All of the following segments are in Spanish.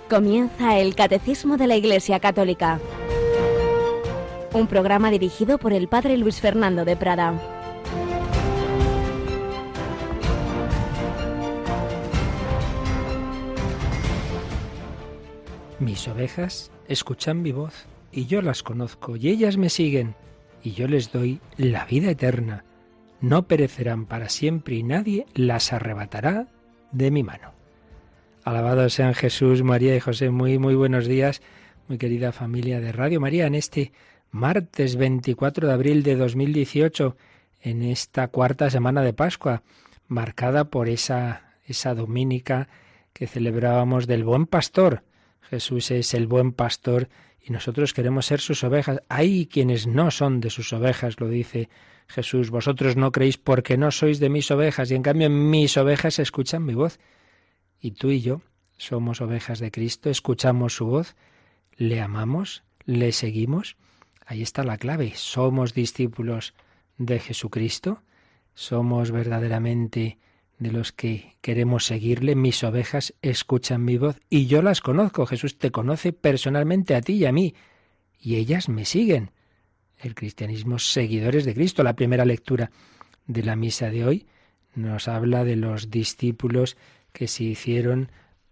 Comienza el Catecismo de la Iglesia Católica, un programa dirigido por el Padre Luis Fernando de Prada. Mis ovejas escuchan mi voz, y yo las conozco, y ellas me siguen, y yo les doy la vida eterna. No perecerán para siempre, y nadie las arrebatará de mi mano. Alabados sean Jesús, María y José. Muy buenos días, muy querida familia de Radio María, en este martes 24 de abril de 2018, en esta cuarta semana de Pascua, marcada por esa dominica que celebrábamos del Buen Pastor. Jesús es el Buen Pastor y nosotros queremos ser sus ovejas. Hay quienes no son de sus ovejas, lo dice Jesús. Vosotros no creéis porque no sois de mis ovejas, y en cambio mis ovejas escuchan mi voz. Y tú y yo somos ovejas de Cristo, escuchamos su voz, le amamos, le seguimos. Ahí está la clave. ¿Somos discípulos de Jesucristo? ¿Somos verdaderamente de los que queremos seguirle? Mis ovejas escuchan mi voz y yo las conozco. Jesús te conoce personalmente a ti y a mí, y ellas me siguen. El cristianismo, seguidores de Cristo. La primera lectura de la misa de hoy nos habla de los discípulos que se hicieron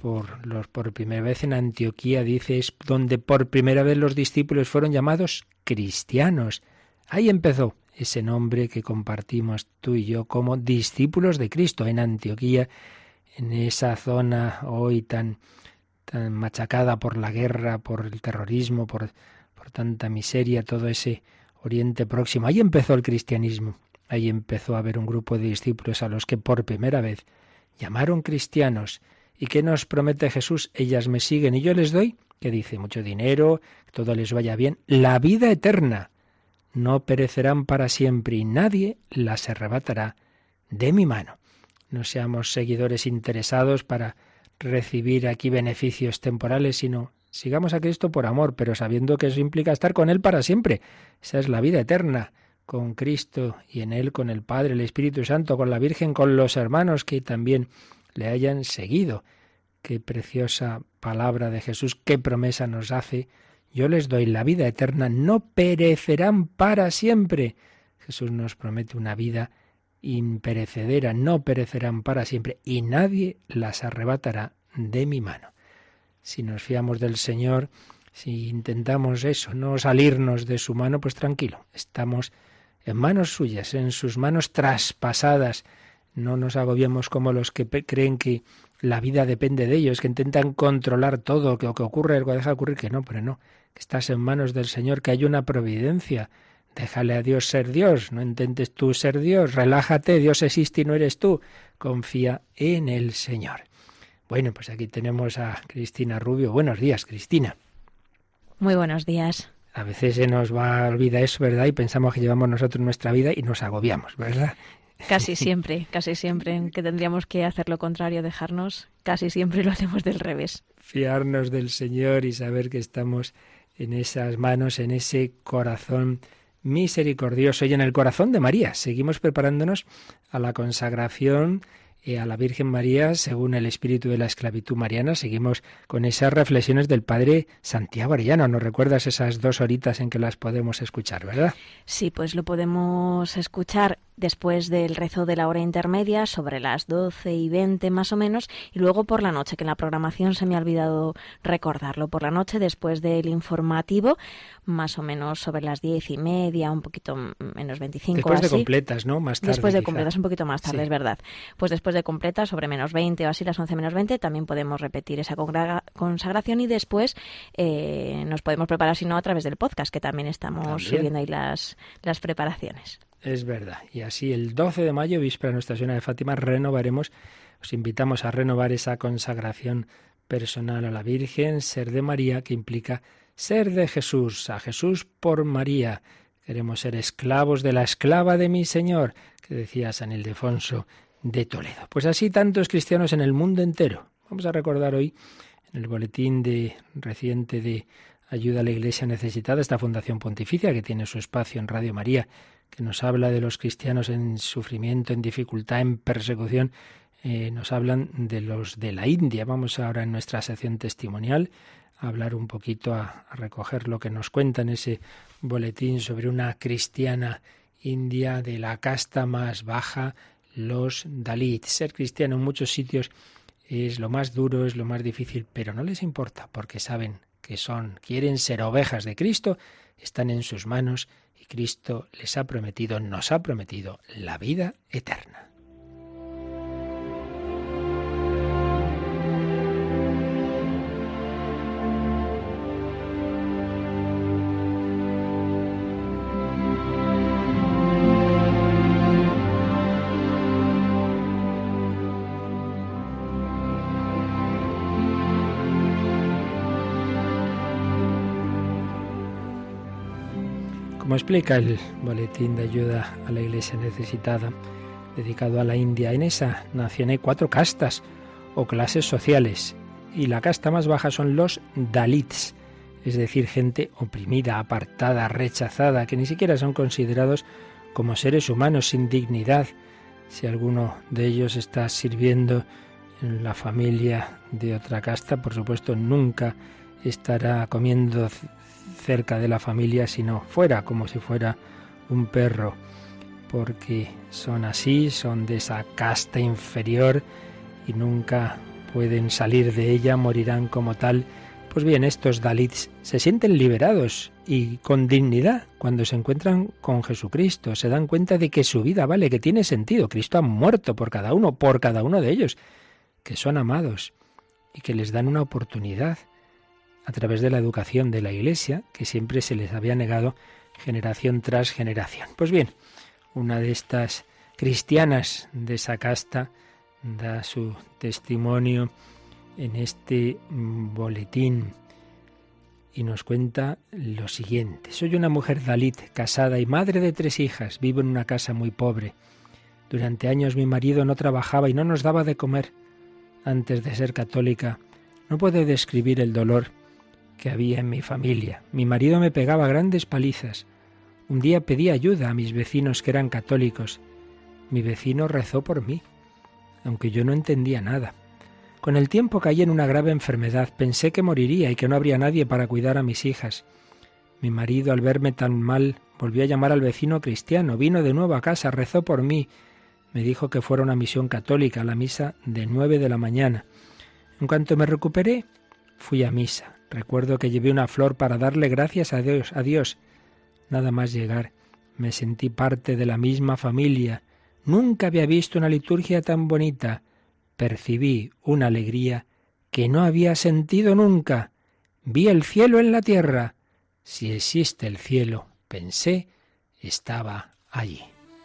por primera vez en Antioquía. Dice, es donde por primera vez los discípulos fueron llamados cristianos. Ahí empezó ese nombre que compartimos tú y yo como discípulos de Cristo, en Antioquía, en esa zona hoy tan machacada por la guerra, por el terrorismo, por tanta miseria, todo ese Oriente Próximo. Ahí empezó el cristianismo. Ahí empezó a haber un grupo de discípulos a los que por primera vez llamaron cristianos. ¿Y qué nos promete Jesús? Ellas me siguen y yo les doy, ¿qué dice? Mucho dinero, que todo les vaya bien, la vida eterna. No perecerán para siempre y nadie las arrebatará de mi mano. No seamos seguidores interesados para recibir aquí beneficios temporales, sino sigamos a Cristo por amor, pero sabiendo que eso implica estar con Él para siempre. Esa es la vida eterna, con Cristo y en Él, con el Padre, el Espíritu Santo, con la Virgen, con los hermanos que también le hayan seguido. Qué preciosa palabra de Jesús, qué promesa nos hace. Yo les doy la vida eterna, no perecerán para siempre. Jesús nos promete una vida imperecedera, no perecerán para siempre y nadie las arrebatará de mi mano. Si nos fiamos del Señor, si intentamos eso, no salirnos de su mano, pues tranquilo, estamos en manos suyas, en sus manos traspasadas. No nos agobiemos como los que creen que la vida depende de ellos, que intentan controlar todo, que ocurre algo, deja ocurrir, que no, pero no, que estás en manos del Señor, que hay una providencia. Déjale a Dios ser Dios, no intentes tú ser Dios, relájate, Dios existe y no eres tú, confía en el Señor. Bueno, pues aquí tenemos a Cristina Rubio. Buenos días, Cristina. Muy buenos días. A veces se nos va a olvidar eso, ¿verdad? Y pensamos que llevamos nosotros nuestra vida y nos agobiamos, ¿verdad? Casi siempre, que tendríamos que hacer lo contrario, dejarnos, casi siempre lo hacemos del revés. Fiarnos del Señor y saber que estamos en esas manos, en ese corazón misericordioso y en el corazón de María. Seguimos preparándonos a la consagración a la Virgen María según el espíritu de la esclavitud mariana. Seguimos con esas reflexiones del Padre Santiago Arellano. ¿Nos recuerdas esas 2 horitas en que las podemos escuchar, verdad? Sí, pues lo podemos escuchar después del rezo de la hora intermedia, sobre las 12:20 más o menos, y luego por la noche, que en la programación se me ha olvidado recordarlo, por la noche después del informativo, más o menos sobre las 10:30, un poquito menos 25 después así. De completas, ¿no? Más tarde. Después de quizá. Completas, un poquito más tarde, sí. Es verdad. Pues después de completas, sobre menos 20 o así, las 11 menos 20, también podemos repetir esa consagración y después nos podemos preparar, si no, a través del podcast, que también estamos subiendo ahí las preparaciones. Es verdad. Y así el 12 de mayo, víspera de Nuestra Señora de Fátima, renovaremos, os invitamos a renovar esa consagración personal a la Virgen, ser de María, que implica ser de Jesús, a Jesús por María. Queremos ser esclavos de la esclava de mi Señor, que decía San Ildefonso de Toledo. Pues así tantos cristianos en el mundo entero. Vamos a recordar hoy, en el boletín reciente de Ayuda a la Iglesia Necesitada, esta Fundación Pontificia, que tiene su espacio en Radio María, que nos habla de los cristianos en sufrimiento, en dificultad, en persecución nos hablan de los de la India. Vamos ahora en nuestra sección testimonial a hablar un poquito, a recoger lo que nos cuentan ese boletín sobre una cristiana india de la casta más baja, los Dalits. Ser cristiano en muchos sitios es lo más duro, es lo más difícil, pero no les importa porque saben que quieren ser ovejas de Cristo, están en sus manos y Cristo les ha prometido, nos ha prometido la vida eterna. Como explica el boletín de ayuda a la Iglesia necesitada, dedicado a la India, en esa nación hay 4 castas o clases sociales, y la casta más baja son los Dalits, es decir, gente oprimida, apartada, rechazada, que ni siquiera son considerados como seres humanos sin dignidad. Si alguno de ellos está sirviendo en la familia de otra casta, por supuesto nunca estará comiendo cerca de la familia, sino fuera, como si fuera un perro, porque son así, son de esa casta inferior y nunca pueden salir de ella, morirán como tal. Pues bien, estos Dalits se sienten liberados y con dignidad cuando se encuentran con Jesucristo, se dan cuenta de que su vida vale, que tiene sentido, Cristo ha muerto por cada uno de ellos, que son amados y que les dan una oportunidad a través de la educación de la Iglesia, que siempre se les había negado generación tras generación. Pues bien, una de estas cristianas de esa casta da su testimonio en este boletín y nos cuenta lo siguiente. Soy una mujer Dalit, casada y madre de 3 hijas. Vivo en una casa muy pobre. Durante años mi marido no trabajaba y no nos daba de comer. Antes de ser católica, no puedo describir el dolor que había en mi familia. Mi marido me pegaba grandes palizas. Un día pedí ayuda a mis vecinos que eran católicos. Mi vecino rezó por mí, aunque yo no entendía nada. Con el tiempo caí en una grave enfermedad. Pensé que moriría y que no habría nadie para cuidar a mis hijas. Mi marido, al verme tan mal, volvió a llamar al vecino cristiano. Vino de nuevo a casa, rezó por mí. Me dijo que fuera a una misión católica, a la misa de 9 de la mañana. En cuanto me recuperé, fui a misa. Recuerdo que llevé una flor para darle gracias a Dios. Nada más llegar, me sentí parte de la misma familia. Nunca había visto una liturgia tan bonita. Percibí una alegría que no había sentido nunca. Vi el cielo en la tierra. Si existe el cielo, pensé, estaba allí.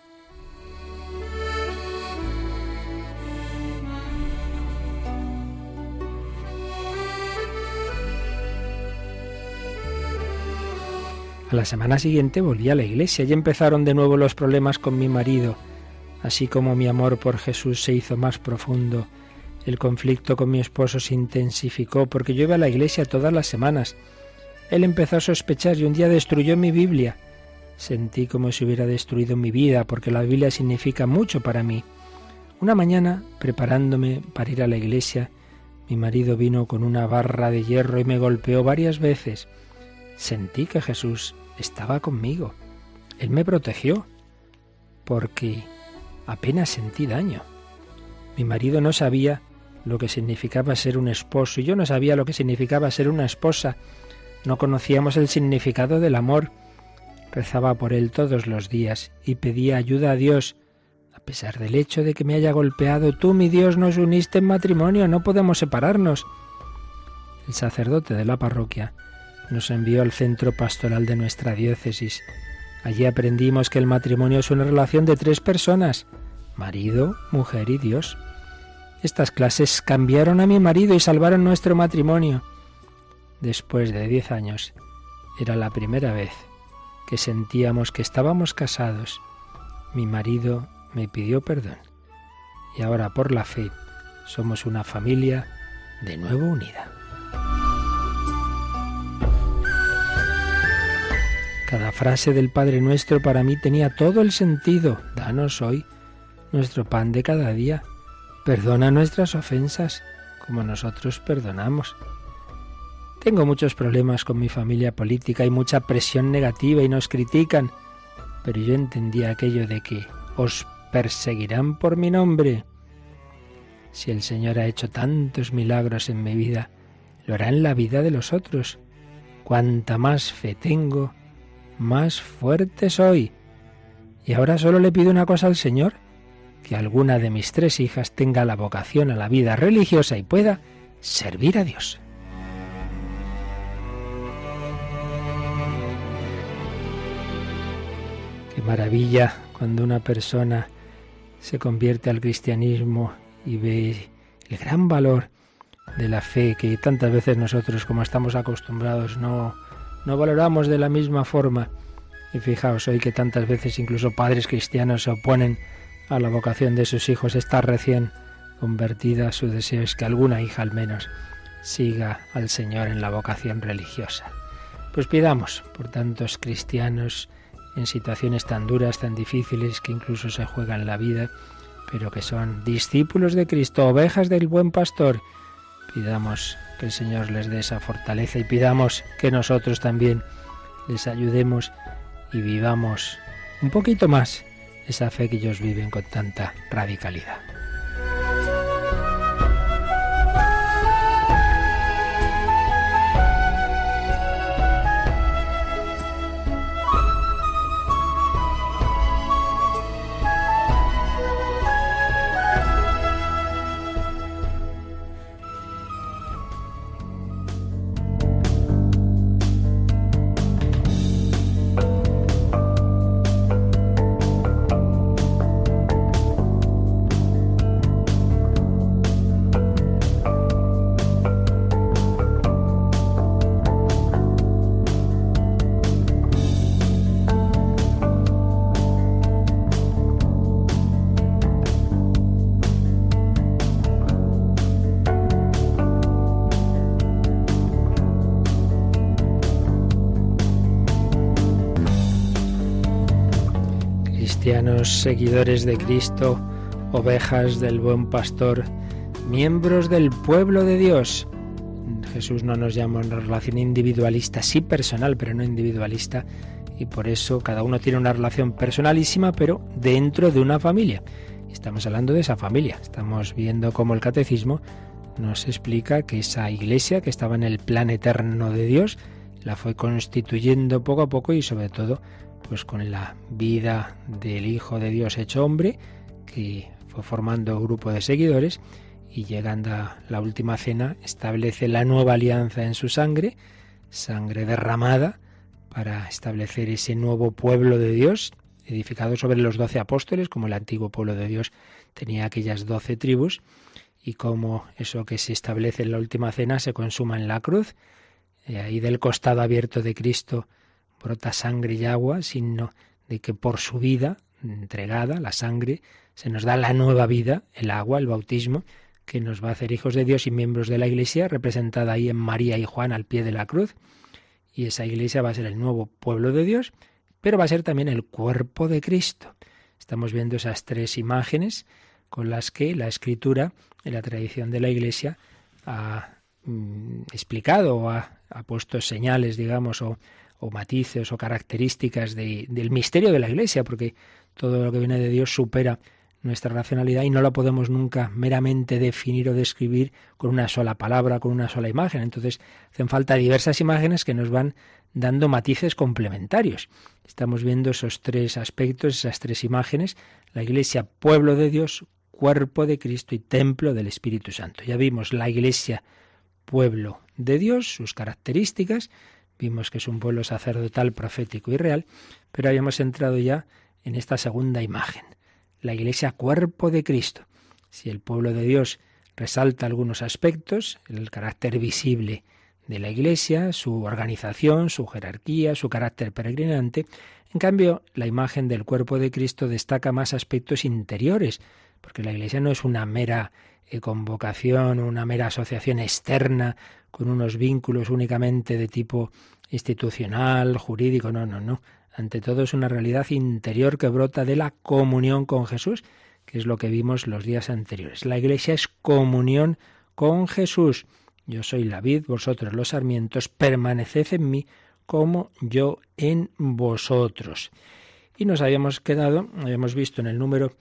A la semana siguiente volví a la iglesia y empezaron de nuevo los problemas con mi marido. Así como mi amor por Jesús se hizo más profundo, el conflicto con mi esposo se intensificó porque yo iba a la iglesia todas las semanas. Él empezó a sospechar y un día destruyó mi Biblia. Sentí como si hubiera destruido mi vida porque la Biblia significa mucho para mí. Una mañana, preparándome para ir a la iglesia, mi marido vino con una barra de hierro y me golpeó varias veces. Sentí que Jesús estaba conmigo. Él me protegió porque apenas sentí daño. Mi marido no sabía lo que significaba ser un esposo y yo no sabía lo que significaba ser una esposa. No conocíamos el significado del amor. Rezaba por él todos los días y pedía ayuda a Dios. A pesar del hecho de que me haya golpeado, tú, mi Dios, nos uniste en matrimonio, no podemos separarnos. El sacerdote de la parroquia nos envió al centro pastoral de nuestra diócesis. Allí aprendimos que el matrimonio es una relación de 3 personas, marido, mujer y Dios. Estas clases cambiaron a mi marido y salvaron nuestro matrimonio. Después de 10 años, era la primera vez que sentíamos que estábamos casados. Mi marido me pidió perdón y ahora por la fe somos una familia de nuevo unida. Cada frase del Padre Nuestro para mí tenía todo el sentido. Danos hoy nuestro pan de cada día. perdona nuestras ofensas, como nosotros perdonamos. Tengo muchos problemas con mi familia política y mucha presión negativa y nos critican, pero yo entendía aquello de que os perseguirán por mi nombre. Si el Señor ha hecho tantos milagros en mi vida, lo hará en la vida de los otros. Cuanta más fe tengo, más fuerte soy. Y ahora solo le pido una cosa al Señor, que alguna de mis 3 hijas tenga la vocación a la vida religiosa y pueda servir a Dios. Qué maravilla cuando una persona se convierte al cristianismo y ve el gran valor de la fe que tantas veces nosotros, como estamos acostumbrados, no valoramos de la misma forma. Y fijaos hoy que tantas veces incluso padres cristianos se oponen a la vocación de sus hijos. Está recién convertida, su deseo es que alguna hija al menos siga al Señor en la vocación religiosa. Pues pidamos por tantos cristianos en situaciones tan duras, tan difíciles, que incluso se juegan la vida, pero que son discípulos de Cristo, ovejas del buen pastor. Pidamos que el Señor les dé esa fortaleza y pidamos que nosotros también les ayudemos y vivamos un poquito más esa fe que ellos viven con tanta radicalidad. Cristianos, seguidores de Cristo, ovejas del buen pastor, miembros del pueblo de Dios. Jesús no nos llama a una relación individualista, sí personal, pero no individualista, y por eso cada uno tiene una relación personalísima, pero dentro de una familia. Estamos hablando de esa familia. Estamos viendo cómo el catecismo nos explica que esa iglesia que estaba en el plan eterno de Dios la fue constituyendo poco a poco y sobre todo pues con la vida del Hijo de Dios hecho hombre, que fue formando un grupo de seguidores y llegando a la última cena establece la nueva alianza en su sangre, sangre derramada para establecer ese nuevo pueblo de Dios edificado sobre los 12 apóstoles, como el antiguo pueblo de Dios tenía aquellas 12 tribus, y como eso que se establece en la última cena se consuma en la cruz. Ahí del costado abierto de Cristo brota sangre y agua, signo de que por su vida entregada, la sangre, se nos da la nueva vida, el agua, el bautismo, que nos va a hacer hijos de Dios y miembros de la Iglesia, representada ahí en María y Juan al pie de la cruz. Y esa Iglesia va a ser el nuevo pueblo de Dios, pero va a ser también el cuerpo de Cristo. Estamos viendo esas 3 imágenes con las que la Escritura, en la tradición de la Iglesia, ha explicado o ha puesto señales, digamos, o matices o características del misterio de la Iglesia, porque todo lo que viene de Dios supera nuestra racionalidad y no lo podemos nunca meramente definir o describir con una sola palabra, con una sola imagen. Entonces hacen falta diversas imágenes que nos van dando matices complementarios. Estamos viendo esos 3 aspectos, esas 3 imágenes: la Iglesia, pueblo de Dios, cuerpo de Cristo y templo del Espíritu Santo. Ya vimos la Iglesia, pueblo de Dios, sus características. Vimos que es un pueblo sacerdotal, profético y real, pero habíamos entrado ya en esta segunda imagen, la Iglesia, cuerpo de Cristo. Si el pueblo de Dios resalta algunos aspectos, el carácter visible de la Iglesia, su organización, su jerarquía, su carácter peregrinante, en cambio la imagen del cuerpo de Cristo destaca más aspectos interiores, porque la Iglesia no es una mera convocación, una mera asociación externa con unos vínculos únicamente de tipo institucional, jurídico, no. Ante todo es una realidad interior que brota de la comunión con Jesús, que es lo que vimos los días anteriores. La Iglesia es comunión con Jesús. Yo soy la vid, vosotros los sarmientos, permaneced en mí como yo en vosotros. Y nos habíamos visto en el número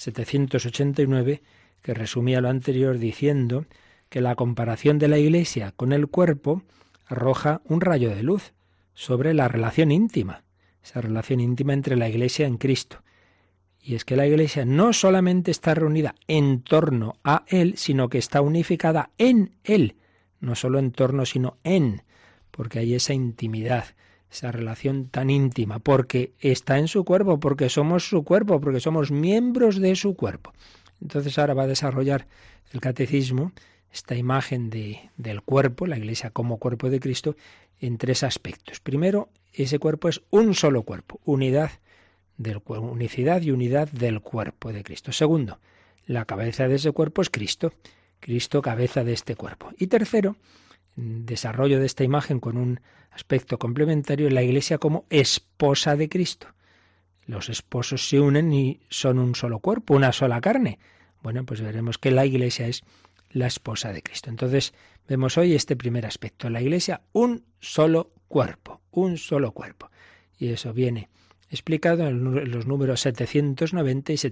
789, que resumía lo anterior diciendo que la comparación de la Iglesia con el cuerpo arroja un rayo de luz sobre la relación íntima, esa relación íntima entre la Iglesia en Cristo. Y es que la Iglesia no solamente está reunida en torno a Él, sino que está unificada en Él, no solo en torno, sino en, porque hay esa intimidad, esa relación tan íntima, porque está en su cuerpo, porque somos su cuerpo, porque somos miembros de su cuerpo. Entonces ahora va a desarrollar el catecismo esta imagen del cuerpo, la Iglesia como cuerpo de Cristo, en tres aspectos. Primero, ese cuerpo es un solo cuerpo, unicidad y unidad del cuerpo de Cristo. Segundo, la cabeza de ese cuerpo es Cristo, Cristo cabeza de este cuerpo. Y tercero, desarrollo de esta imagen con un aspecto complementario, la Iglesia como esposa de Cristo. Los esposos se unen y son un solo cuerpo, una sola carne. Bueno, pues veremos que la Iglesia es la esposa de Cristo. Entonces, vemos hoy este primer aspecto. La Iglesia, un solo cuerpo, un solo cuerpo. Y eso viene explicado en los números 790 y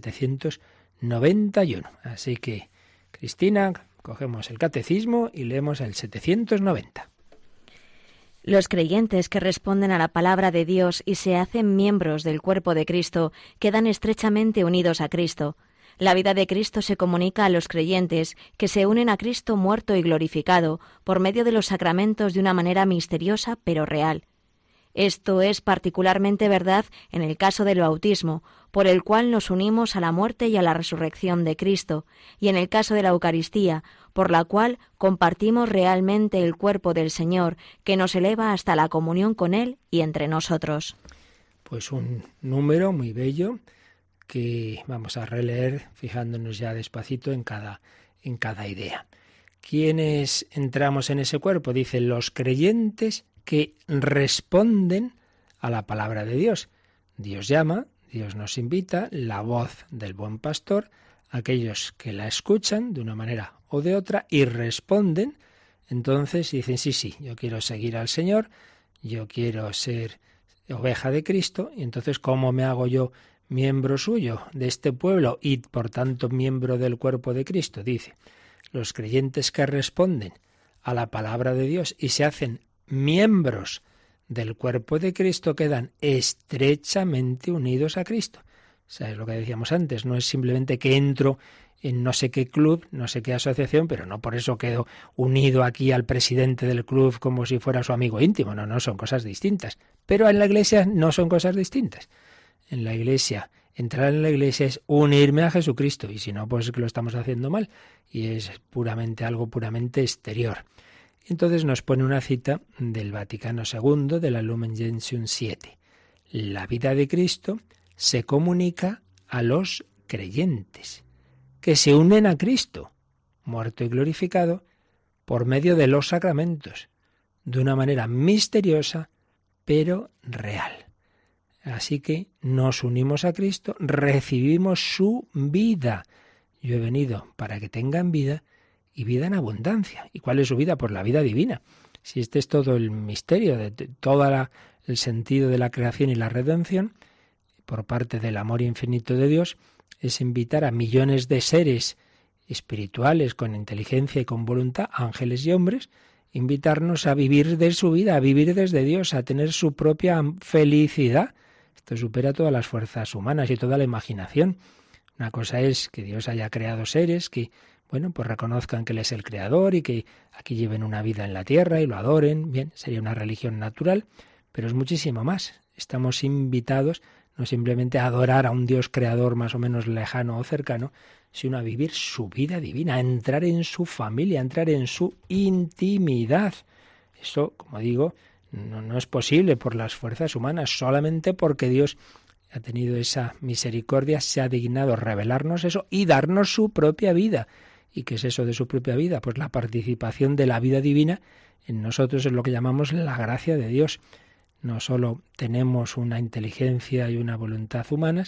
791. Así que, Cristina, cogemos el catecismo y leemos el 790. Los creyentes que responden a la palabra de Dios y se hacen miembros del cuerpo de Cristo quedan estrechamente unidos a Cristo. La vida de Cristo se comunica a los creyentes que se unen a Cristo muerto y glorificado por medio de los sacramentos de una manera misteriosa pero real. Esto es particularmente verdad en el caso del bautismo, por el cual nos unimos a la muerte y a la resurrección de Cristo, y en el caso de la Eucaristía, por la cual compartimos realmente el cuerpo del Señor, que nos eleva hasta la comunión con Él y entre nosotros. Pues un número muy bello que vamos a releer fijándonos ya despacito en cada idea. ¿Quiénes entramos en ese cuerpo? Dicen los creyentes que responden a la palabra de Dios. Dios llama, Dios nos invita, la voz del buen pastor, aquellos que la escuchan de una manera o de otra y responden, entonces dicen sí, yo quiero seguir al Señor, yo quiero ser oveja de Cristo, y entonces ¿cómo me hago yo miembro suyo de este pueblo y por tanto miembro del cuerpo de Cristo? Dice, los creyentes que responden a la palabra de Dios y se hacen miembros del cuerpo de Cristo quedan estrechamente unidos a Cristo. O sea, es lo que decíamos antes, no es simplemente que entro en no sé qué club, no sé qué asociación, pero no por eso quedo unido aquí al presidente del club como si fuera su amigo íntimo. No, son cosas distintas. Pero en la Iglesia no son cosas distintas. En la Iglesia, entrar en la Iglesia es unirme a Jesucristo, y si no, pues es que lo estamos haciendo mal, y es algo puramente exterior. Entonces nos pone una cita del Vaticano II, de la Lumen Gentium 7. La vida de Cristo se comunica a los creyentes, que se unen a Cristo, muerto y glorificado, por medio de los sacramentos, de una manera misteriosa, pero real. Así que nos unimos a Cristo, recibimos su vida. Yo he venido para que tengan vida y vida en abundancia. ¿Y cuál es su vida? Pues la vida divina. Si este es todo el misterio de todo el sentido de la creación y la redención, por parte del amor infinito de Dios, es invitar a millones de seres espirituales con inteligencia y con voluntad, ángeles y hombres, invitarnos a vivir de su vida, a vivir desde Dios, a tener su propia felicidad. Esto supera todas las fuerzas humanas y toda la imaginación. Una cosa es que Dios haya creado seres que, pues reconozcan que Él es el Creador y que aquí lleven una vida en la tierra y lo adoren. Bien, sería una religión natural, pero es muchísimo más. Estamos invitados no simplemente a adorar a un Dios creador más o menos lejano o cercano, sino a vivir su vida divina, a entrar en su familia, a entrar en su intimidad. Eso, como digo, no es posible por las fuerzas humanas, solamente porque Dios ha tenido esa misericordia, se ha dignado revelarnos eso y darnos su propia vida. ¿Y qué es eso de su propia vida? Pues la participación de la vida divina en nosotros es lo que llamamos la gracia de Dios. No solo tenemos una inteligencia y una voluntad humanas,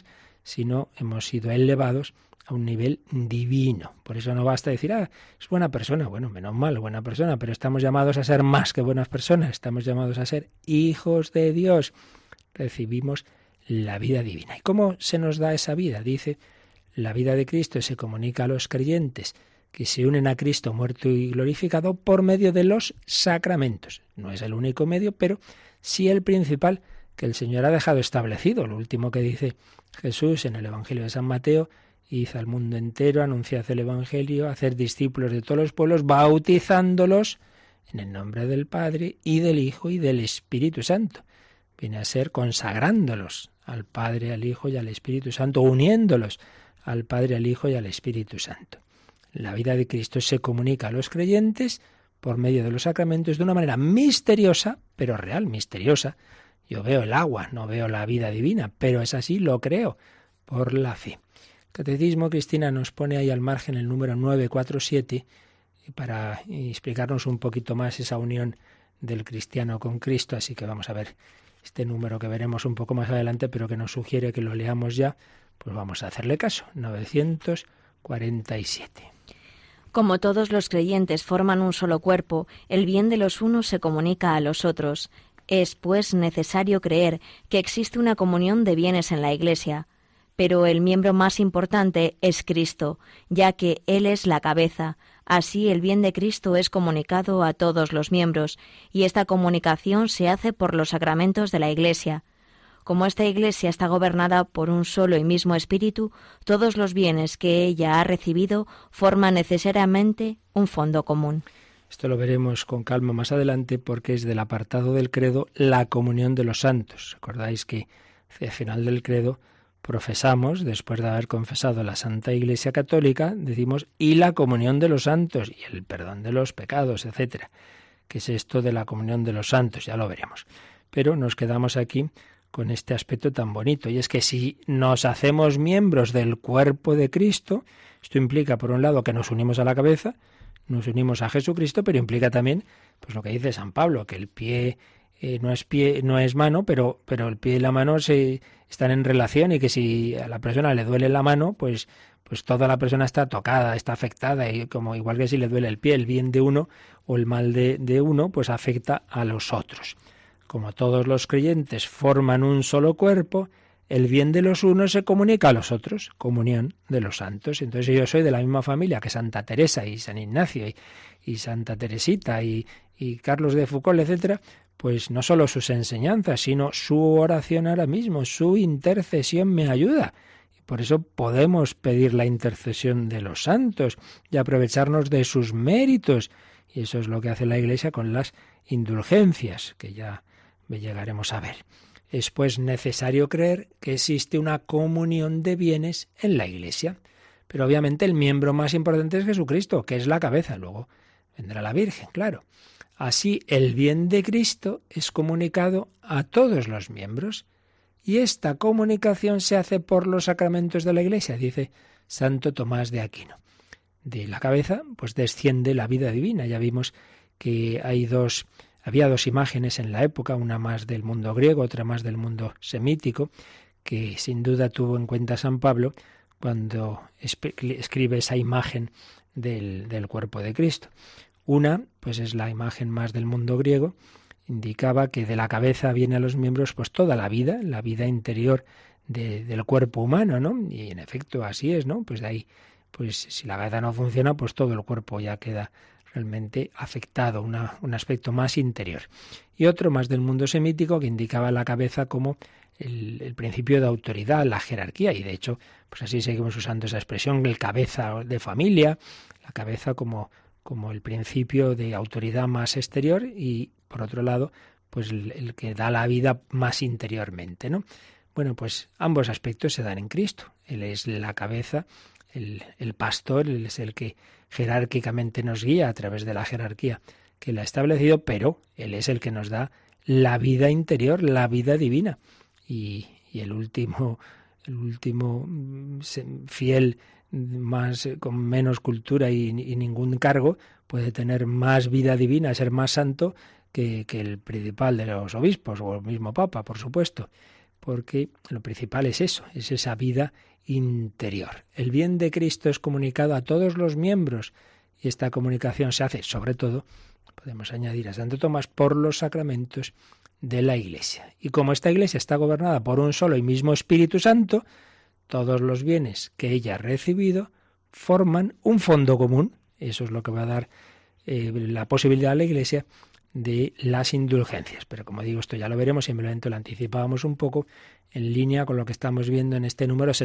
sino hemos sido elevados a un nivel divino. Por eso no basta decir, es buena persona. Bueno, menos mal, buena persona, pero estamos llamados a ser más que buenas personas, estamos llamados a ser hijos de Dios. Recibimos la vida divina. ¿Y cómo se nos da esa vida? Dice, la vida de Cristo se comunica a los creyentes que se unen a Cristo muerto y glorificado por medio de los sacramentos. No es el único medio, pero sí el principal que el Señor ha dejado establecido. Lo último que dice Jesús en el Evangelio de San Mateo: id al mundo entero, anunciad el Evangelio, hacer discípulos de todos los pueblos, bautizándolos en el nombre del Padre y del Hijo y del Espíritu Santo. Viene a ser consagrándolos al Padre, al Hijo y al Espíritu Santo, uniéndolos al Padre, al Hijo y al Espíritu Santo. La vida de Cristo se comunica a los creyentes por medio de los sacramentos de una manera misteriosa, pero real, misteriosa. Yo veo el agua, no veo la vida divina, pero es así, lo creo, por la fe. El Catecismo, Cristina, nos pone ahí al margen el número 947 para explicarnos un poquito más esa unión del cristiano con Cristo, así que vamos a ver este número que veremos un poco más adelante, pero que nos sugiere que lo leamos ya, pues vamos a hacerle caso. 947. Como todos los creyentes forman un solo cuerpo, el bien de los unos se comunica a los otros. Es, pues, necesario creer que existe una comunión de bienes en la Iglesia. Pero el miembro más importante es Cristo, ya que Él es la cabeza. Así el bien de Cristo es comunicado a todos los miembros, y esta comunicación se hace por los sacramentos de la Iglesia. Como esta Iglesia está gobernada por un solo y mismo Espíritu, todos los bienes que ella ha recibido forman necesariamente un fondo común. Esto lo veremos con calma más adelante porque es del apartado del credo la comunión de los santos. ¿Recordáis que al final del credo profesamos, después de haber confesado la Santa Iglesia Católica, decimos y la comunión de los santos y el perdón de los pecados, etcétera? ¿Qué es esto de la comunión de los santos? Ya lo veremos. Pero nos quedamos aquí con este aspecto tan bonito, y es que si nos hacemos miembros del cuerpo de Cristo, esto implica, por un lado, que nos unimos a la cabeza, nos unimos a Jesucristo, pero implica también, pues lo que dice San Pablo, que el pie no es mano, pero el pie y la mano están en relación, y que si a la persona le duele la mano, pues toda la persona está tocada, está afectada, y como igual que si le duele el pie, el bien de uno o el mal de uno, pues afecta a los otros. Como todos los creyentes forman un solo cuerpo, el bien de los unos se comunica a los otros, comunión de los santos. Entonces yo soy de la misma familia que Santa Teresa y San Ignacio y Santa Teresita y Carlos de Foucault, etcétera, pues no solo sus enseñanzas, sino su oración ahora mismo, su intercesión me ayuda. Y por eso podemos pedir la intercesión de los santos y aprovecharnos de sus méritos. Y eso es lo que hace la Iglesia con las indulgencias, que ya llegaremos a ver. Es pues necesario creer que existe una comunión de bienes en la Iglesia. Pero obviamente el miembro más importante es Jesucristo, que es la cabeza. Luego vendrá la Virgen, claro. Así el bien de Cristo es comunicado a todos los miembros. Y esta comunicación se hace por los sacramentos de la Iglesia, dice Santo Tomás de Aquino. De la cabeza, pues desciende la vida divina. Ya vimos que había dos imágenes en la época, una más del mundo griego, otra más del mundo semítico, que sin duda tuvo en cuenta San Pablo cuando escribe esa imagen del cuerpo de Cristo. Una, pues es la imagen más del mundo griego, indicaba que de la cabeza viene a los miembros pues toda la vida interior del cuerpo humano, ¿no? Y en efecto así es, ¿no? Pues de ahí, pues si la cabeza no funciona, pues todo el cuerpo ya queda realmente afectado, un aspecto más interior. Y otro más del mundo semítico que indicaba la cabeza como el principio de autoridad, la jerarquía, y de hecho, pues así seguimos usando esa expresión, el cabeza de familia, la cabeza como el principio de autoridad más exterior y, por otro lado, pues el que da la vida más interiormente, ¿no? Bueno, pues ambos aspectos se dan en Cristo. Él es la cabeza, el pastor, Él es el que jerárquicamente nos guía a través de la jerarquía que Él ha establecido, pero Él es el que nos da la vida interior, la vida divina. Y el último fiel, más con menos cultura y ningún cargo, puede tener más vida divina, ser más santo que el principal de los obispos o el mismo Papa, por supuesto. porque lo principal es eso, es esa vida interior. El bien de Cristo es comunicado a todos los miembros y esta comunicación se hace, sobre todo, podemos añadir a Santo Tomás, por los sacramentos de la Iglesia. Y como esta Iglesia está gobernada por un solo y mismo Espíritu Santo, todos los bienes que ella ha recibido forman un fondo común. Eso es lo que va a dar la posibilidad a la Iglesia de las indulgencias. Pero como digo, esto ya lo veremos, simplemente lo anticipábamos un poco en línea con lo que estamos viendo en este número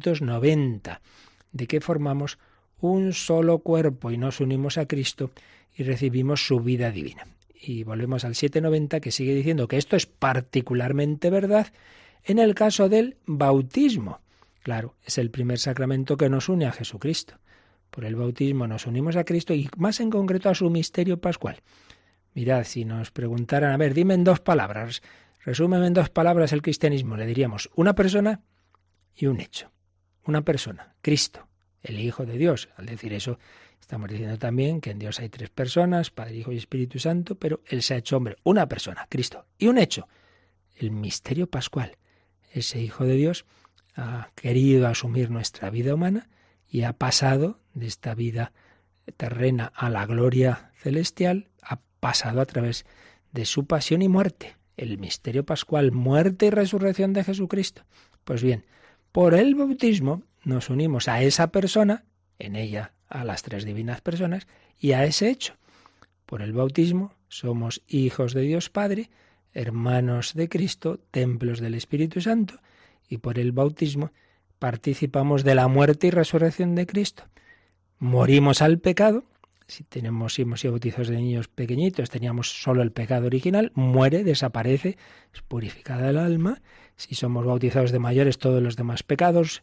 790, de que formamos un solo cuerpo y nos unimos a Cristo y recibimos su vida divina. Y volvemos al 790, que sigue diciendo que esto es particularmente verdad en el caso del bautismo. Claro, es el primer sacramento que nos une a Jesucristo. Por el bautismo nos unimos a Cristo y más en concreto a su misterio pascual. Mirad, si nos preguntaran, a ver, dime en 2 palabras, resúmeme en 2 palabras el cristianismo, le diríamos una persona y un hecho. Una persona, Cristo, el Hijo de Dios. Al decir eso, estamos diciendo también que en Dios hay 3 personas, Padre, Hijo y Espíritu Santo, pero Él se ha hecho hombre, una persona, Cristo. Y un hecho, el misterio pascual. Ese Hijo de Dios ha querido asumir nuestra vida humana y ha pasado de esta vida terrena a la gloria celestial, ha pasado a través de su pasión y muerte, el misterio pascual, muerte y resurrección de Jesucristo. Pues bien, por el bautismo nos unimos a esa persona, en ella a las 3 divinas personas, y a ese hecho. Por el bautismo somos hijos de Dios Padre, hermanos de Cristo, templos del Espíritu Santo, y por el bautismo participamos de la muerte y resurrección de Cristo. Morimos al pecado. Si hemos sido bautizados de niños pequeñitos, teníamos solo el pecado original, muere, desaparece, es purificada el alma. Si somos bautizados de mayores, todos los demás pecados,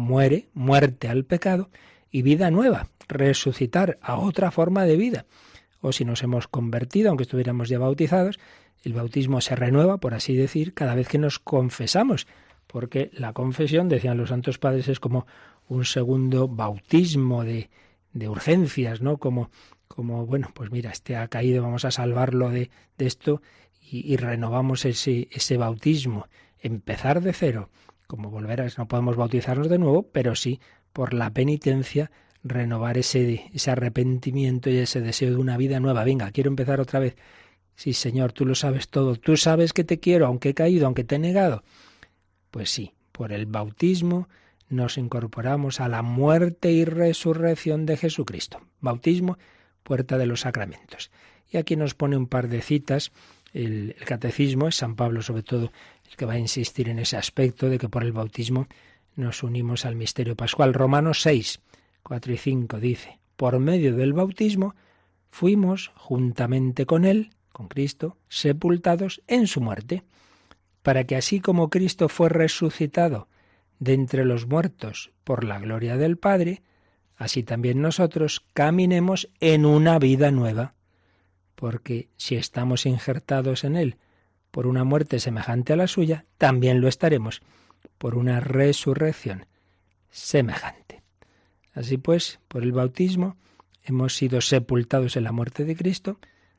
muerte al pecado y vida nueva, resucitar a otra forma de vida. O si nos hemos convertido, aunque estuviéramos ya bautizados, el bautismo se renueva, por así decir, cada vez que nos confesamos, porque la confesión, decían los santos padres, es como un segundo bautismo de urgencias, ¿no? Como bueno, pues mira, este ha caído, vamos a salvarlo de esto y renovamos ese bautismo. Empezar de cero, como volver a... No podemos bautizarnos de nuevo, pero sí, por la penitencia, renovar ese arrepentimiento y ese deseo de una vida nueva. Venga, quiero empezar otra vez. Sí, Señor, tú lo sabes todo. Tú sabes que te quiero, aunque he caído, aunque te he negado. Pues sí, por el bautismo nos incorporamos a la muerte y resurrección de Jesucristo. Bautismo, puerta de los sacramentos. Y aquí nos pone un par de citas. El catecismo, es San Pablo sobre todo el que va a insistir en ese aspecto de que por el bautismo nos unimos al misterio pascual. Romanos 6, 4 y 5 dice: por medio del bautismo fuimos juntamente con Él, con Cristo, sepultados en su muerte, para que así como Cristo fue resucitado de entre los muertos por la gloria del Padre, así también nosotros caminemos en una vida nueva. Porque si estamos injertados en Él por una muerte semejante a la suya, también lo estaremos por una resurrección semejante. Así pues, por el bautismo hemos sido sepultados en la muerte de Cristo,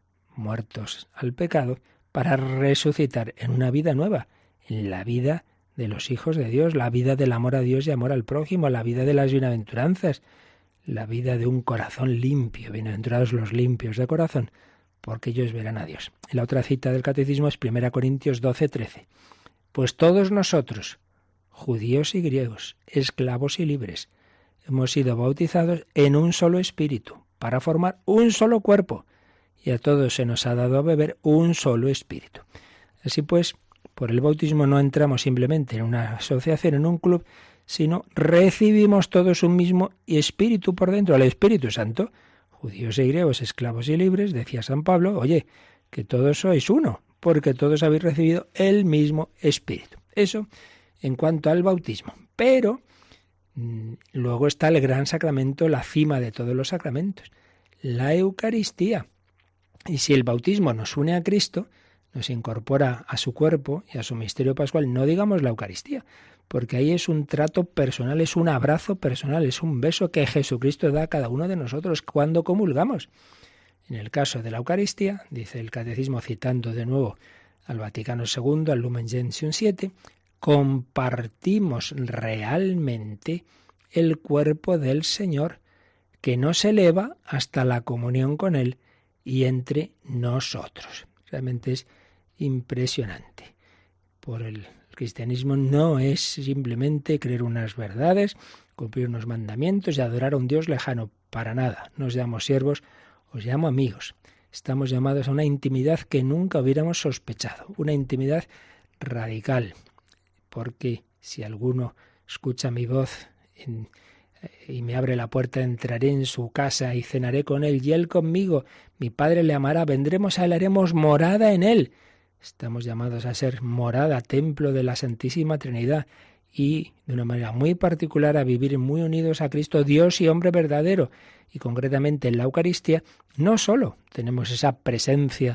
muertos al pecado, para resucitar en una vida nueva, en la vida de los hijos de Dios, la vida del amor a Dios y amor al prójimo, la vida de las bienaventuranzas, la vida de un corazón limpio. Bienaventurados los limpios de corazón, porque ellos verán a Dios. Y la otra cita del catecismo es 1 Corintios 12, 13. Pues todos nosotros, judíos y griegos, esclavos y libres, hemos sido bautizados en un solo espíritu, para formar un solo cuerpo, y a todos se nos ha dado a beber un solo espíritu. Así pues, por el bautismo no entramos simplemente en una asociación, en un club, sino recibimos todos un mismo espíritu por dentro, el Espíritu Santo. Judíos y griegos, esclavos y libres, decía San Pablo, oye, que todos sois uno, porque todos habéis recibido el mismo espíritu. Eso en cuanto al bautismo. Pero luego está el gran sacramento, la cima de todos los sacramentos, la Eucaristía. Y si el bautismo nos une a Cristo, nos incorpora a su cuerpo y a su misterio pascual, no digamos la Eucaristía, porque ahí es un trato personal, es un abrazo personal, es un beso que Jesucristo da a cada uno de nosotros cuando comulgamos. En el caso de la Eucaristía, dice el Catecismo citando de nuevo al Vaticano II, al Lumen Gentium 7, compartimos realmente el cuerpo del Señor, que nos eleva hasta la comunión con Él y entre nosotros. Realmente es impresionante. Por el cristianismo no es simplemente creer unas verdades, cumplir unos mandamientos y adorar a un Dios lejano. Para nada. No os llamo siervos, os llamo amigos. Estamos llamados a una intimidad que nunca hubiéramos sospechado, una intimidad radical. Porque si alguno escucha mi voz y me abre la puerta, entraré en su casa y cenaré con él y él conmigo. Mi Padre le amará, vendremos a él, haremos morada en él. Estamos llamados a ser morada, templo de la Santísima Trinidad y de una manera muy particular a vivir muy unidos a Cristo, Dios y hombre verdadero. Y concretamente en la Eucaristía no solo tenemos esa presencia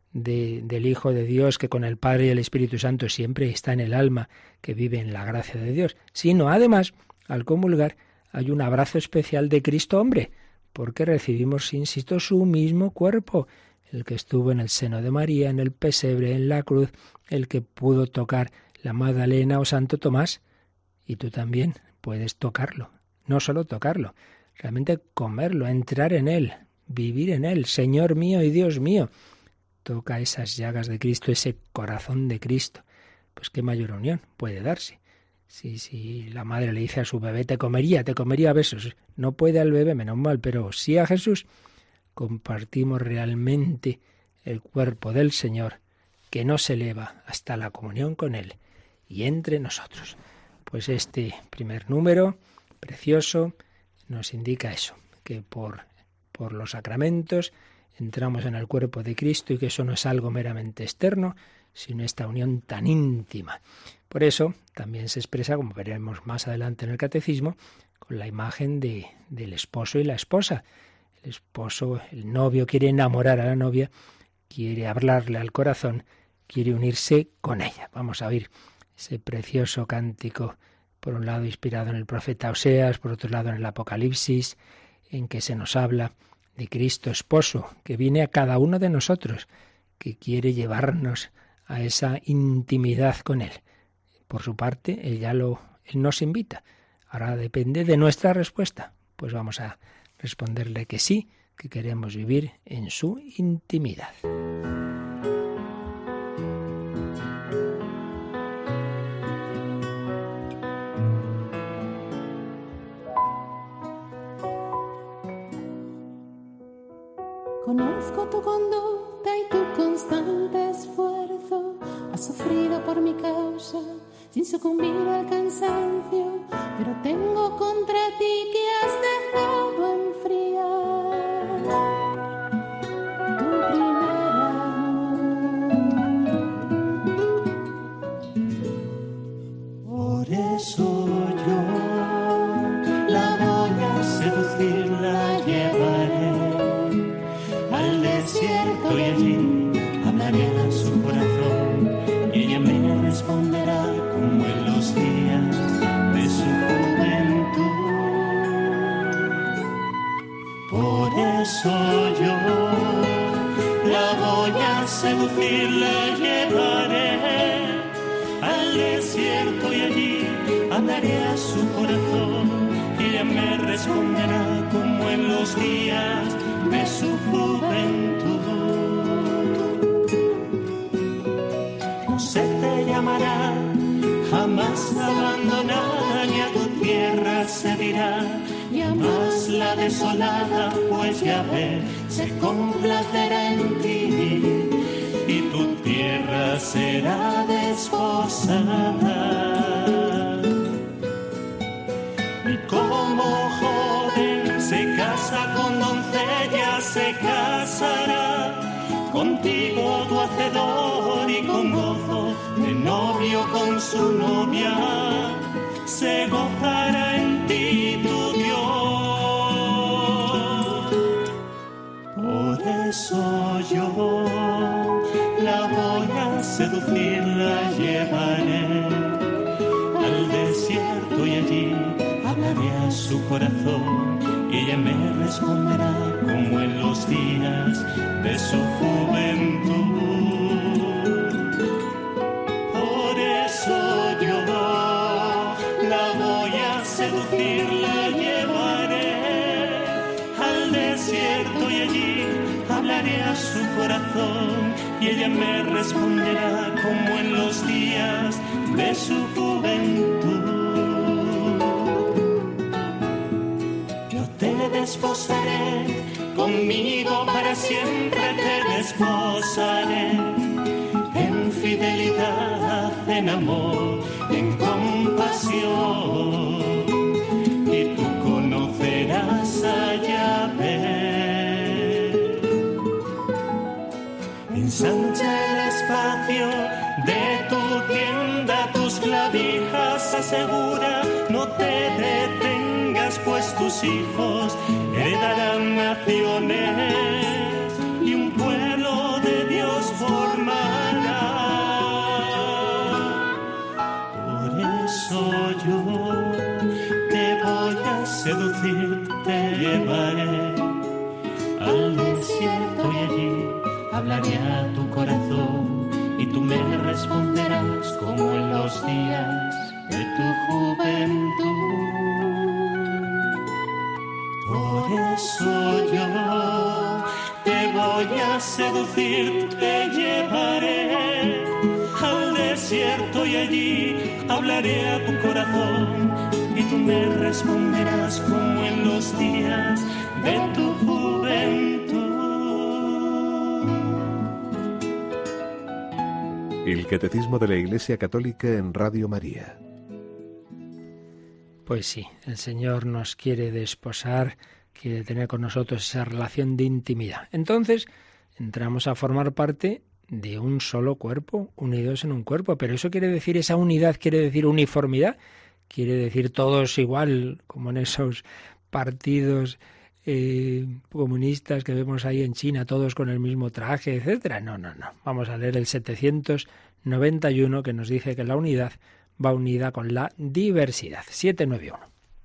del Hijo de Dios que con el Padre y el Espíritu Santo siempre está en el alma, que vive en la gracia de Dios, sino además, al comulgar, hay un abrazo especial de Cristo hombre, porque recibimos, insisto, su mismo cuerpo, el que estuvo en el seno de María, en el pesebre, en la cruz, el que pudo tocar la Magdalena o Santo Tomás, y tú también puedes tocarlo, no solo tocarlo, realmente comerlo, entrar en él, vivir en él, Señor mío y Dios mío. Toca esas llagas de Cristo, ese corazón de Cristo. Pues qué mayor unión puede darse. Si la madre le dice a su bebé, te comería a besos. No puede al bebé, menos mal, pero sí a Jesús. Compartimos realmente el cuerpo del Señor, que nos eleva hasta la comunión con Él y entre nosotros. Pues este primer número, precioso, nos indica eso, que por los sacramentos entramos en el cuerpo de Cristo y que eso no es algo meramente externo, sino esta unión tan íntima. Por eso también se expresa, como veremos más adelante en el Catecismo, con la imagen del esposo y la esposa. El esposo, el novio, quiere enamorar a la novia, quiere hablarle al corazón, quiere unirse con ella. Vamos a oír ese precioso cántico, por un lado inspirado en el profeta Oseas, por otro lado en el Apocalipsis, en que se nos habla de Cristo esposo, que viene a cada uno de nosotros, que quiere llevarnos a esa intimidad con Él. Por su parte, Él nos invita. Ahora depende de nuestra respuesta. Pues vamos a responderle que sí, que queremos vivir en su intimidad. Conozco tu conducta y tu constante esfuerzo. Has sufrido por mi causa sin sucumbir al cansancio, pero tengo contra ti que has dejado enfriar tu primer amor. Por eso yo la voy a seducir, la llevaré al desierto y allí hablaré a su corazón y ella me responderá como en los días de su juventud. Por eso yo la voy a seducir, la llevaré al desierto y allí hablaré a su corazón y ella me responderá como en los días de su juventud. No se te llamará jamás abandonada, ni a tu tierra se dirá jamás la desolada, pues Yahvé se complacerá en ti y tu tierra será desposada. Y como joven se casa con doncella, se casará contigo tu hacedor y con gozo de novio con su novia se gozará en ti tu Dios. Por eso yo la voy a seducir, la llevaré al desierto y allí hablaré a su corazón y ella me responderá como en los días de su juventud. Por eso yo seducir la llevaré al desierto y allí hablaré a su corazón y ella me responderá como en los días de su juventud. Yo te desposaré, conmigo para siempre te desposaré, en fidelidad, en amor, en compasión, y tú conocerás a Yahvé. Ensancha el espacio de tu tienda, tus clavijas asegura, no te detengas, pues tus hijos heredarán naciones y un pueblo de Dios formará. Por eso yo te voy a seducir, te llevaré al desierto y allí hablaré a tu corazón y tú me responderás como en los días de tu juventud. Por eso yo te voy a seducir, te llevaré al desierto y allí hablaré a tu corazón y tú me responderás como en los días de tu juventud. El Catecismo de la Iglesia Católica en Radio María. Pues sí, el Señor nos quiere desposar, quiere tener con nosotros esa relación de intimidad. Entonces, entramos a formar parte de un solo cuerpo, unidos en un cuerpo. Pero eso quiere decir, esa unidad quiere decir uniformidad, quiere decir todos igual, como en esos partidos comunistas que vemos ahí en China, todos con el mismo traje, etcétera. No. Vamos a leer el 791 que nos dice que la unidad va unida con la diversidad. 791.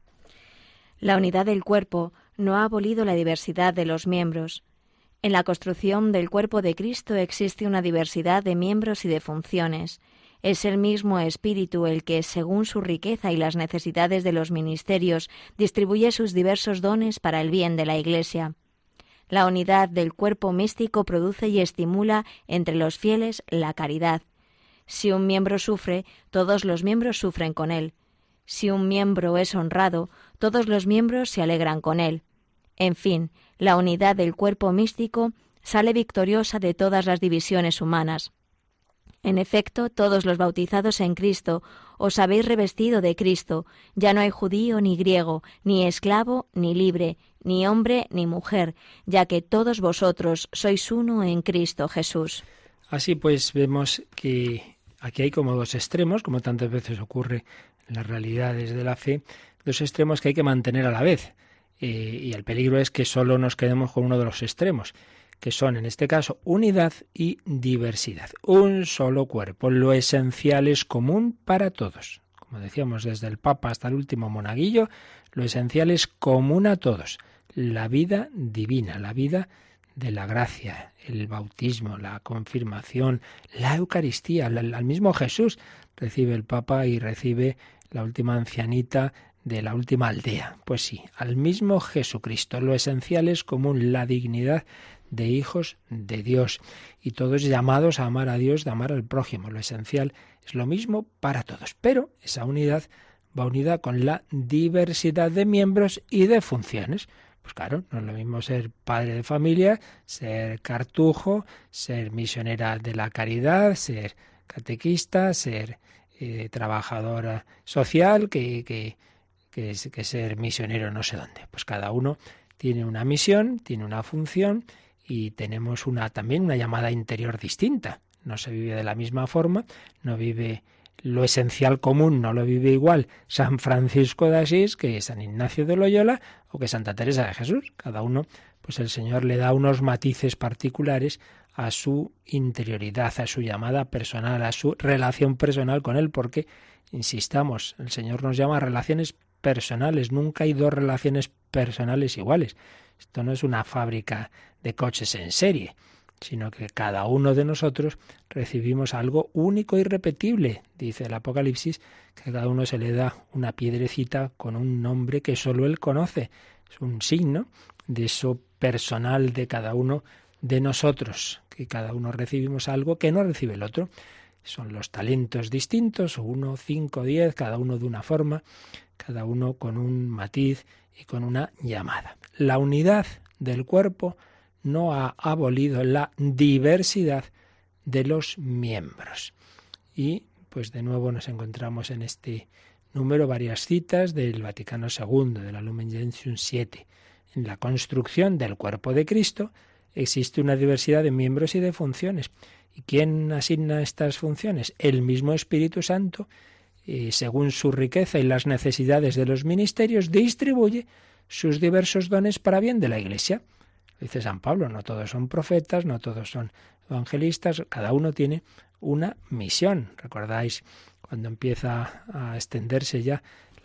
La unidad del cuerpo no ha abolido la diversidad de los miembros. En la construcción del cuerpo de Cristo existe una diversidad de miembros y de funciones. Es el mismo Espíritu el que, según su riqueza y las necesidades de los ministerios, distribuye sus diversos dones para el bien de la Iglesia. La unidad del cuerpo místico produce y estimula entre los fieles la caridad. Si un miembro sufre, todos los miembros sufren con él. Si un miembro es honrado, todos los miembros se alegran con él. En fin, la unidad del cuerpo místico sale victoriosa de todas las divisiones humanas. En efecto, todos los bautizados en Cristo os habéis revestido de Cristo. Ya no hay judío ni griego, ni esclavo ni libre, ni hombre ni mujer, ya que todos vosotros sois uno en Cristo Jesús. Así pues, vemos que aquí hay como dos extremos, como tantas veces ocurre en las realidades de la fe, dos extremos que hay que mantener a la vez. Y el peligro es que solo nos quedemos con uno de los extremos, que son, en este caso, unidad y diversidad. Un solo cuerpo. Lo esencial es común para todos. Como decíamos, desde el Papa hasta el último monaguillo, lo esencial es común a todos. La vida divina, la vida de la gracia, el bautismo, la confirmación, la Eucaristía, al mismo Jesús recibe el Papa y recibe la última ancianita de la última aldea. Pues sí, al mismo Jesucristo. Lo esencial es común, la dignidad de hijos de Dios. Y todos llamados a amar a Dios, de amar al prójimo. Lo esencial es lo mismo para todos. Pero esa unidad va unida con la diversidad de miembros y de funciones. Pues claro, no es lo mismo ser padre de familia, ser cartujo, ser misionera de la caridad, ser catequista, ser trabajadora social, que ser misionero no sé dónde. Pues cada uno tiene una misión, tiene una función y tenemos también una llamada interior distinta. No se vive de la misma forma, no vive lo esencial común, no lo vive igual San Francisco de Asís que San Ignacio de Loyola o que Santa Teresa de Jesús. Cada uno, pues el Señor le da unos matices particulares a su interioridad, a su llamada personal, a su relación personal con Él, porque, insistamos, el Señor nos llama a relaciones personales. Nunca hay dos relaciones personales iguales. Esto no es una fábrica de coches en serie. sino que cada uno de nosotros recibimos algo único y irrepetible. Dice el Apocalipsis que a cada uno se le da una piedrecita con un nombre que solo él conoce. Es un signo de eso personal de cada uno de nosotros, que cada uno recibimos algo que no recibe el otro. Son los talentos distintos, 1, 5, 10, cada uno de una forma, cada uno con un matiz y con una llamada. La unidad del cuerpo no ha abolido la diversidad de los miembros. Y pues de nuevo nos encontramos en este número varias citas del Vaticano II, de la Lumen Gentium 7. En la construcción del cuerpo de Cristo existe una diversidad de miembros y de funciones. ¿Y quién asigna estas funciones? El mismo Espíritu Santo, según su riqueza y las necesidades de los ministerios, distribuye sus diversos dones para bien de la Iglesia. Dice San Pablo, no todos son profetas, no todos son evangelistas, cada uno tiene una misión. ¿Recordáis cuando empieza a extenderse ya,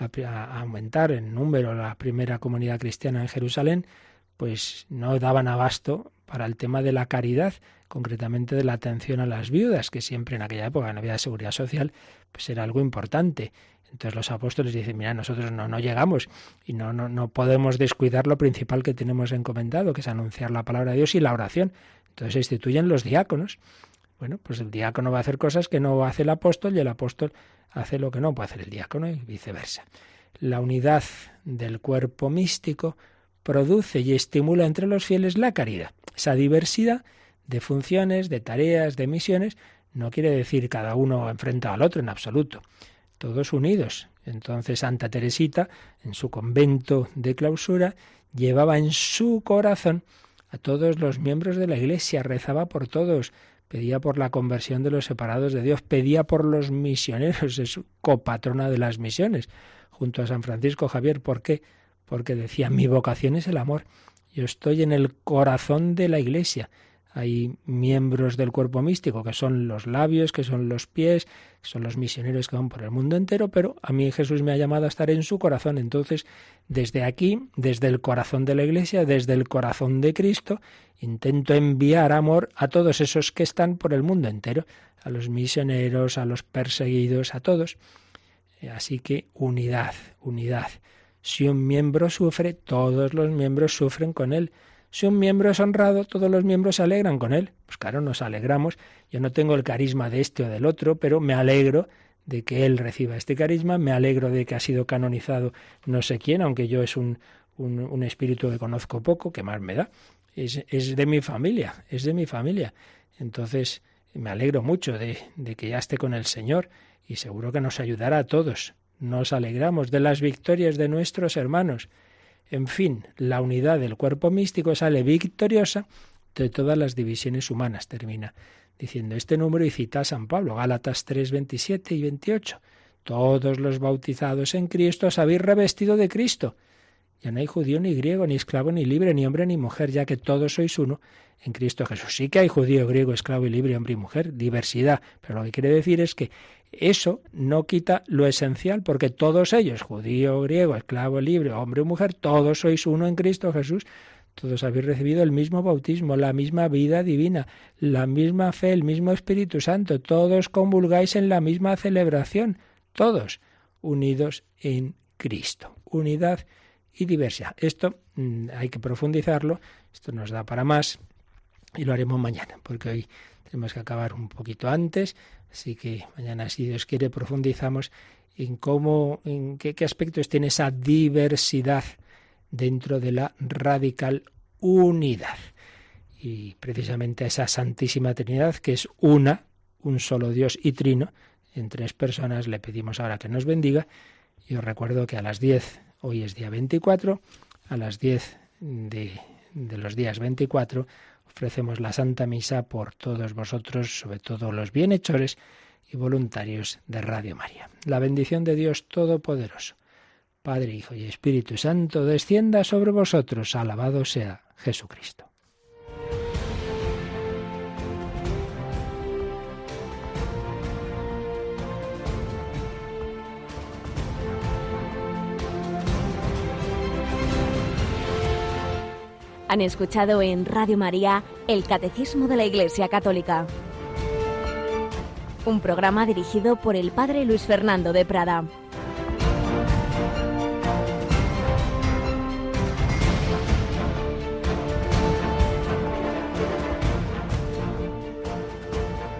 a aumentar en número la primera comunidad cristiana en Jerusalén? Pues no daban abasto para el tema de la caridad, concretamente de la atención a las viudas, que siempre en aquella época no había seguridad social, pues era algo importante. Entonces los apóstoles dicen, mira, nosotros no llegamos y no podemos descuidar lo principal que tenemos encomendado, que es anunciar la palabra de Dios y la oración. Entonces se instituyen los diáconos. Bueno, pues el diácono va a hacer cosas que no hace el apóstol y el apóstol hace lo que no puede hacer el diácono y viceversa. La unidad del cuerpo místico produce y estimula entre los fieles la caridad. Esa diversidad de funciones, de tareas, de misiones, no quiere decir cada uno enfrentado al otro en absoluto. Todos unidos. Entonces Santa Teresita, en su convento de clausura, llevaba en su corazón a todos los miembros de la Iglesia, rezaba por todos, pedía por la conversión de los separados de Dios, pedía por los misioneros, es copatrona de las misiones, junto a San Francisco Javier. ¿Por qué? Porque decía, mi vocación es el amor, yo estoy en el corazón de la Iglesia. Hay miembros del cuerpo místico que son los labios, que son los pies, que son los misioneros que van por el mundo entero, pero a mí Jesús me ha llamado a estar en su corazón. Entonces, desde aquí, desde el corazón de la Iglesia, desde el corazón de Cristo, intento enviar amor a todos esos que están por el mundo entero, a los misioneros, a los perseguidos, a todos. Así que unidad, unidad. Si un miembro sufre, todos los miembros sufren con él. Si un miembro es honrado, todos los miembros se alegran con él. Pues claro, nos alegramos. Yo no tengo el carisma de este o del otro, pero me alegro de que él reciba este carisma, me alegro de que ha sido canonizado no sé quién, aunque yo es un espíritu que conozco poco, que más me da. Es de mi familia, es de mi familia. Entonces me alegro mucho de que ya esté con el Señor y seguro que nos ayudará a todos. Nos alegramos de las victorias de nuestros hermanos. En fin, la unidad del cuerpo místico sale victoriosa de todas las divisiones humanas. Termina diciendo este número y cita a San Pablo, Gálatas 3, 27 y 28. Todos los bautizados en Cristo os habéis revestido de Cristo. Ya no hay judío ni griego, ni esclavo ni libre, ni hombre ni mujer, ya que todos sois uno en Cristo Jesús. Sí que hay judío, griego, esclavo y libre, hombre y mujer, diversidad, pero lo que quiere decir es que eso no quita lo esencial, porque todos ellos, judío, griego, esclavo, libre, hombre o mujer, todos sois uno en Cristo Jesús. Todos habéis recibido el mismo bautismo, la misma vida divina, la misma fe, el mismo Espíritu Santo. Todos comulgáis en la misma celebración, todos unidos en Cristo. Unidad y diversidad. Esto hay que profundizarlo, esto nos da para más y lo haremos mañana, porque hoy tenemos que acabar un poquito antes. Así que mañana, si Dios quiere, profundizamos en qué aspectos tiene esa diversidad dentro de la radical unidad. Y precisamente a esa Santísima Trinidad, que es un solo Dios y trino, en tres personas, le pedimos ahora que nos bendiga. Y os recuerdo que a las 10, hoy es día 24, a las 10 de los días 24, ofrecemos la Santa Misa por todos vosotros, sobre todo los bienhechores y voluntarios de Radio María. La bendición de Dios Todopoderoso, Padre, Hijo y Espíritu Santo, descienda sobre vosotros. Alabado sea Jesucristo. Han escuchado en Radio María el Catecismo de la Iglesia Católica. Un programa dirigido por el Padre Luis Fernando de Prada.